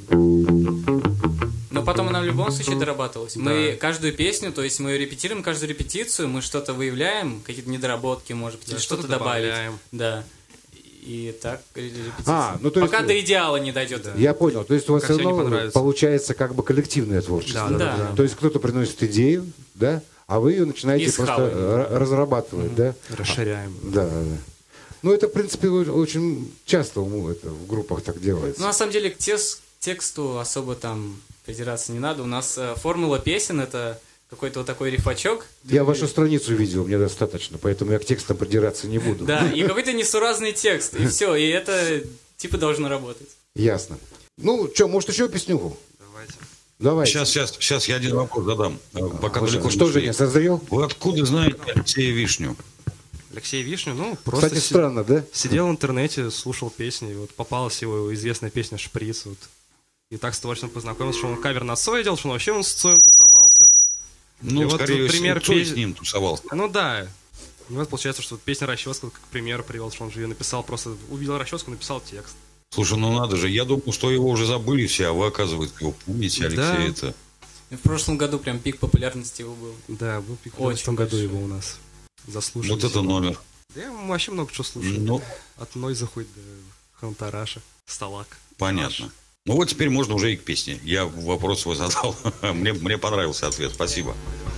Но потом она в любом случае дорабатывалась. Мы Да. каждую песню, то есть мы репетируем каждую репетицию, мы что-то выявляем, какие-то недоработки, может быть, Да, или что-то что-то добавить. добавляем. Да. И так репетиции. А, ну, то есть... Пока до идеала не дойдет. Да. Я понял. То есть у вас Пока все равно понравится. получается как бы коллективное творчество. Да, да, Да. да, да. То есть кто-то приносит идею, да, а вы ее начинаете И просто схаваем. р- разрабатывать, да? Расширяем. Да, да, да. Ну, это, в принципе, о- очень часто ну, это в группах так делается. Ну, на самом деле, к тес- тексту особо там придираться не надо. У нас э, формула песен — это какой-то вот такой рифачок. Я вашу страницу видел, мне достаточно, поэтому я к текстам придираться не буду. Да, и какой-то несуразный текст, и все. И это типа должно работать. Ясно. Ну, что, может, еще песнюху? Давайте. Давай. Сейчас, сейчас, сейчас я один вопрос задам. э, Пока далеко не Что же, ушли. не созрел? Вы откуда знаете Алексея Вишню? Алексей Вишню, ну, просто Кстати, си- странно, да? сидел в интернете, слушал песни, и вот попалась его известная песня «Шприц». Вот. И так с творчеством познакомился, что он кавер на Цоя делал, что он вообще он с Цоем тусовался. Ну, И вот скорее вот всего, пример Цой пес- с ним тусовался. Ну да. И вот получается, что вот песня «Расческа» как пример привел, что он же ее написал, просто увидел расческу, написал текст. Слушай, ну надо же, я думал, что его уже забыли все, а вы, оказывается, его помните, Алексей, Да. это... И в прошлом году прям пик популярности его был. Да, был пик в Очень этом году большой. его у нас. Заслушались. Вот это номер. Да, мы вообще много чего слушаем. Ну, От Нойза хоть до Хантараша, Сталак. понятно. Ну вот теперь можно уже и к песне. Я вопрос свой задал. Мне, мне понравился ответ. Спасибо.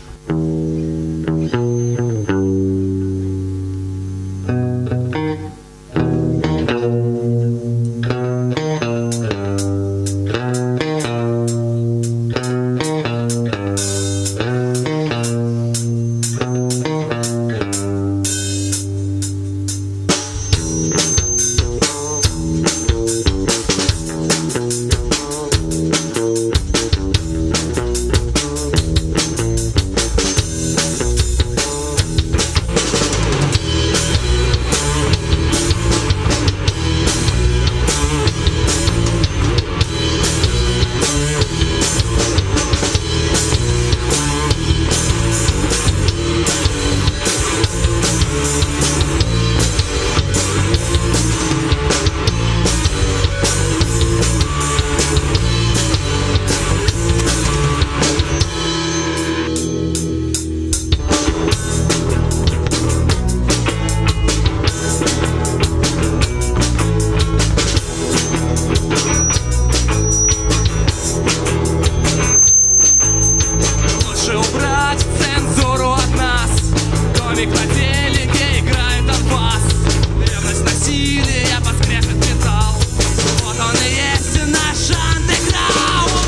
Лучше убрать цензуру от нас. Домик на телеке играет Донбасс. Ревность, насилие, поскрежет металл. Вот он и есть наш андеграунд.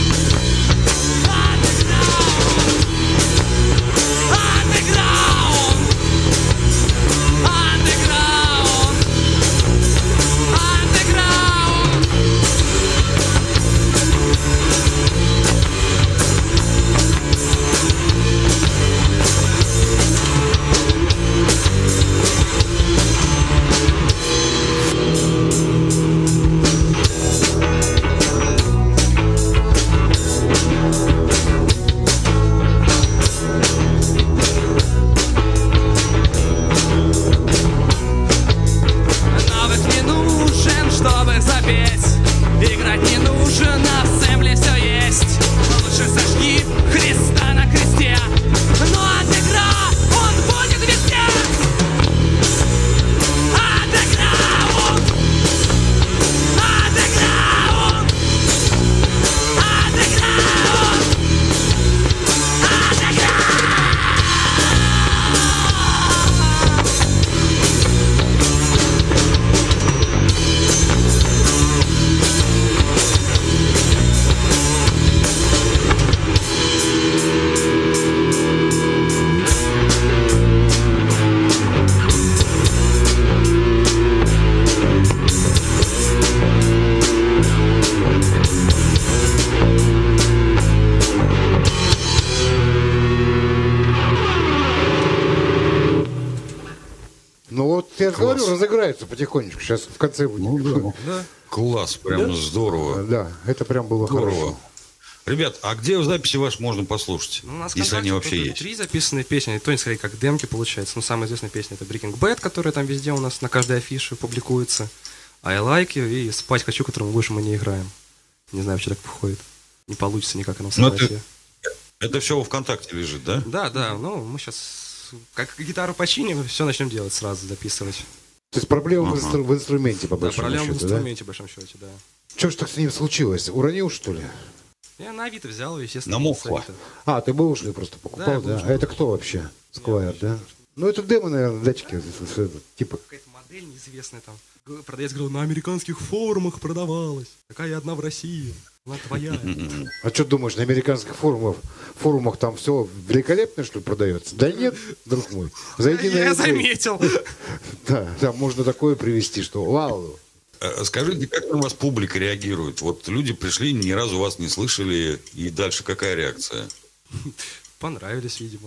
Андеграунд. Андеграунд. Андеграунд. Андеграунд. Навык не нужен, чтобы запеть. Играть не нужен, а в сэмпле все есть. Лучше сожги Христа на кресте. Но андеграунд, он будет везде. Андеграунд. Андеграунд. Андеграунд. Ну вот, я же Класс. говорю, разыграется потихонечку. Сейчас в конце будет. Класс, прям здорово. Да, это прям было Здорово. хорошо. Ребят, а где в записи ваши можно послушать? Ну, у нас в если они «Контакте» вообще тут есть? три записанные песни, и то не скорее как демки получается. Ну, самая известная песня это Breaking Bad, которая там везде у нас на каждой афише публикуется. I Like You и Спать хочу, которому больше мы не играем. Не знаю, что так выходит. Не получится никак оно в Ну, согласии. Это все во ВКонтакте лежит, да? Да, да, ну мы сейчас как гитару починим, все начнем делать сразу, записывать. То есть проблема ага. в инструменте, по большому да, проблема счету, в инструменте, да? в большом счете, да. Что ж так с ним случилось? Уронил, что ли? Я на Авито взял, естественно. Намокло. А, ты бэушный просто покупал, да? да? А это кто вообще? Сквайр, да? Ну, это демо, наверное, датчики. Типа... Какая-то модель неизвестная там. Продавец говорил, на американских форумах продавалась. Такая одна в России. Она твоя. А что думаешь, на американских форумах, форумах там все великолепно, что ли, продается? Да нет, друг мой. Зайди на Я заметил. Да, там можно такое привести, что вау. Скажите, как на вас публика реагирует? Вот люди пришли, ни разу вас не слышали, и дальше какая реакция? Понравились, видимо.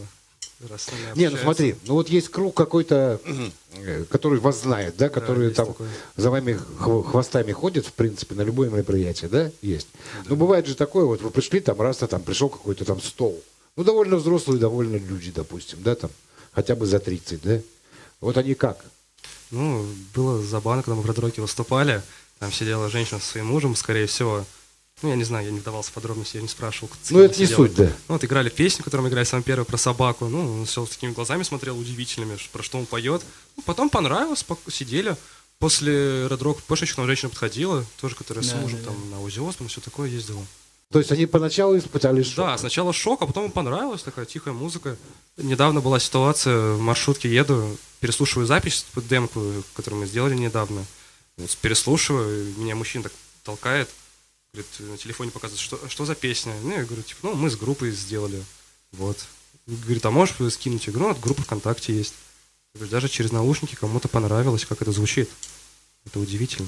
Не, ну смотри, ну вот есть круг какой-то, который вас знает, да, который да, там такой. За вами хвостами ходит, в принципе, на любое мероприятие, да, есть. Да. Но бывает же такое, вот вы пришли, там раз-то там пришел какой-то там стол. Ну, довольно взрослые, довольно люди, допустим, да, там, хотя бы за тридцать, да. Вот они как? Ну, было забавно, когда мы в Red Rock выступали, там сидела женщина со своим мужем, скорее всего. Ну, я не знаю, я не вдавался в подробности, я не спрашивал. Ну, это не суть, да. Ну, вот играли песню, которую мы играли самую первую про собаку. Ну, он все с такими глазами смотрел, удивительными, про что он поет. Ну, потом понравилось, сидели. После Red Rock позже еще к нам женщина подходила, тоже, которая да, с мужем да, там да. на Оззи Осборн, все такое ездила. То есть они поначалу испытали шок? Да, сначала шок, а потом понравилась такая тихая музыка. Недавно была ситуация, в маршрутке еду, переслушиваю запись, демку, которую мы сделали недавно. Вот, переслушиваю, меня мужчина так толкает. Говорит, на телефоне показывает, что, что за песня. Ну, я говорю, типа, ну, мы с группой сделали. Вот. Говорит, а можешь скинуть? Я говорю, ну, вот группа ВКонтакте есть. Я говорю, даже через наушники кому-то понравилось, как это звучит. Это удивительно.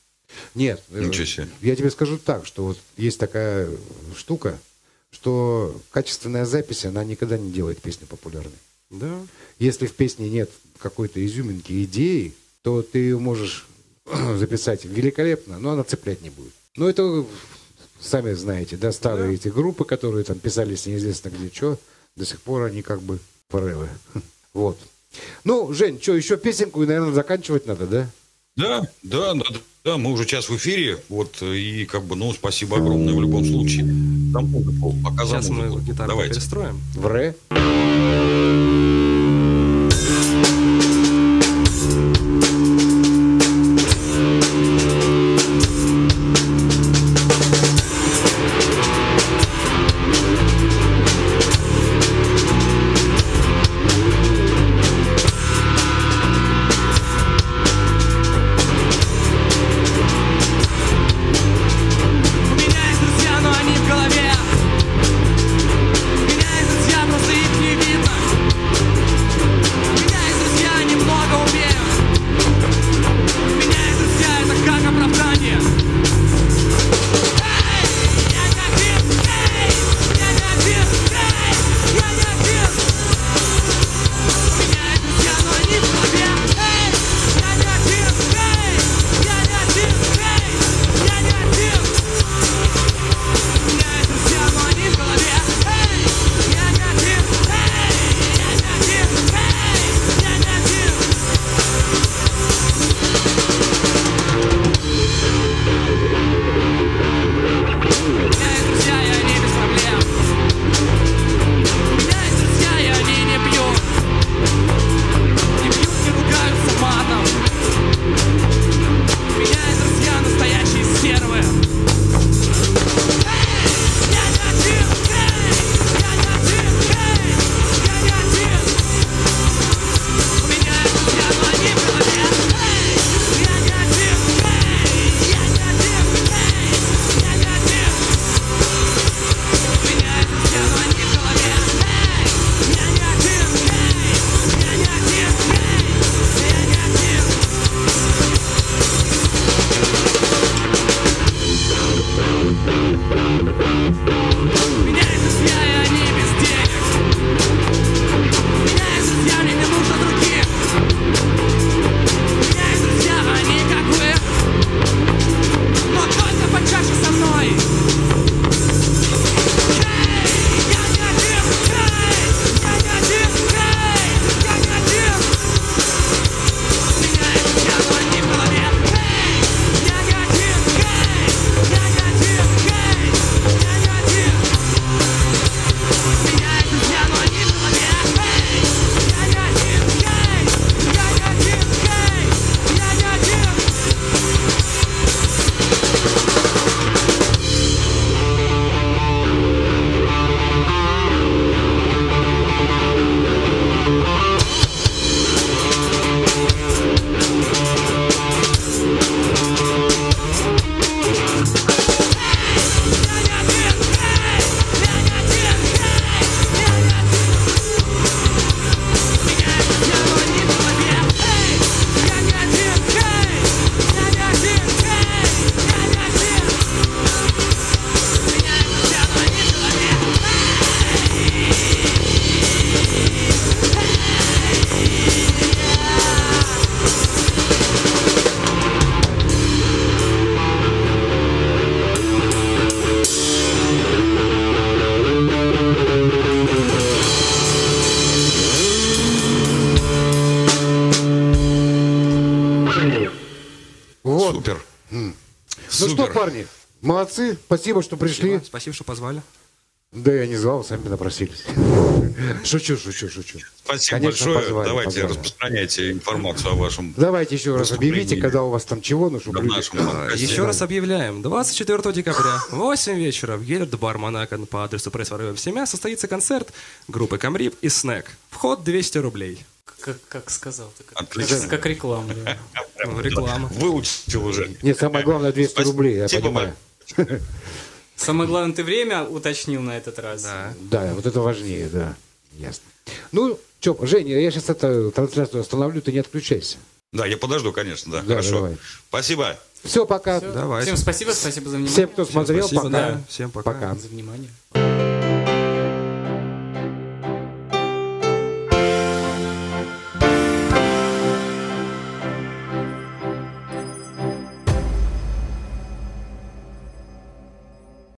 Нет, Ничего себе. Я тебе скажу так, что вот есть такая штука, что качественная запись, она никогда не делает песню популярной. Да. Если в песне нет какой-то изюминки, идеи, то ты ее можешь записать великолепно, но она цеплять не будет. Ну, это, сами знаете, да, старые да. эти группы, которые там писались неизвестно где, что, до сих пор они как бы forever. Вот. Ну, Жень, что, еще песенку, и, наверное, заканчивать надо, да? Да, да, да, да, мы уже час в эфире, вот, и как бы, ну, спасибо огромное в любом случае. Там музыку, пока Сейчас за музыку. Мы гитару Давайте. Перестроим. В ре. Меня их друзья просто их не видно. Вот. Супер. Ну Супер. что, парни, молодцы. Спасибо, что пришли. Спасибо, Спасибо, что позвали. Да я не звал, сами напросились. Шучу, шучу, шучу. Спасибо Конечно, большое. позвали, Давайте позвали. распространяйте информацию о вашем... Давайте еще раз объявите, выступлении. когда у вас там чего, ну, чтобы в люди... нашем подкасте. Еще раз объявляем. двадцать четвёртого декабря в восемь вечера в Геллерт Бар Монако по адресу Пресс-Воровьев семь состоится концерт группы Камрип и Снэк. Вход двести рублей. Как, как сказал, ты, как, Отлично. как, как реклама. Да. Реклама. Выучил уже. Нет, самое главное двести Спасибо, рублей, я Спасибо, понимаю. Самое главное, ты время уточнил на этот раз. Да. Да, вот это важнее, да. Ясно. Ну, что, Женя, я сейчас эту трансляцию остановлю, ты не отключайся. Да, я подожду, конечно, да. Да, Хорошо. давай. Спасибо. Все, пока. Всё. Давайте. Всем спасибо, спасибо за внимание. Всем, кто смотрел, Спасибо, пока. да. Всем пока. Пока. За внимание.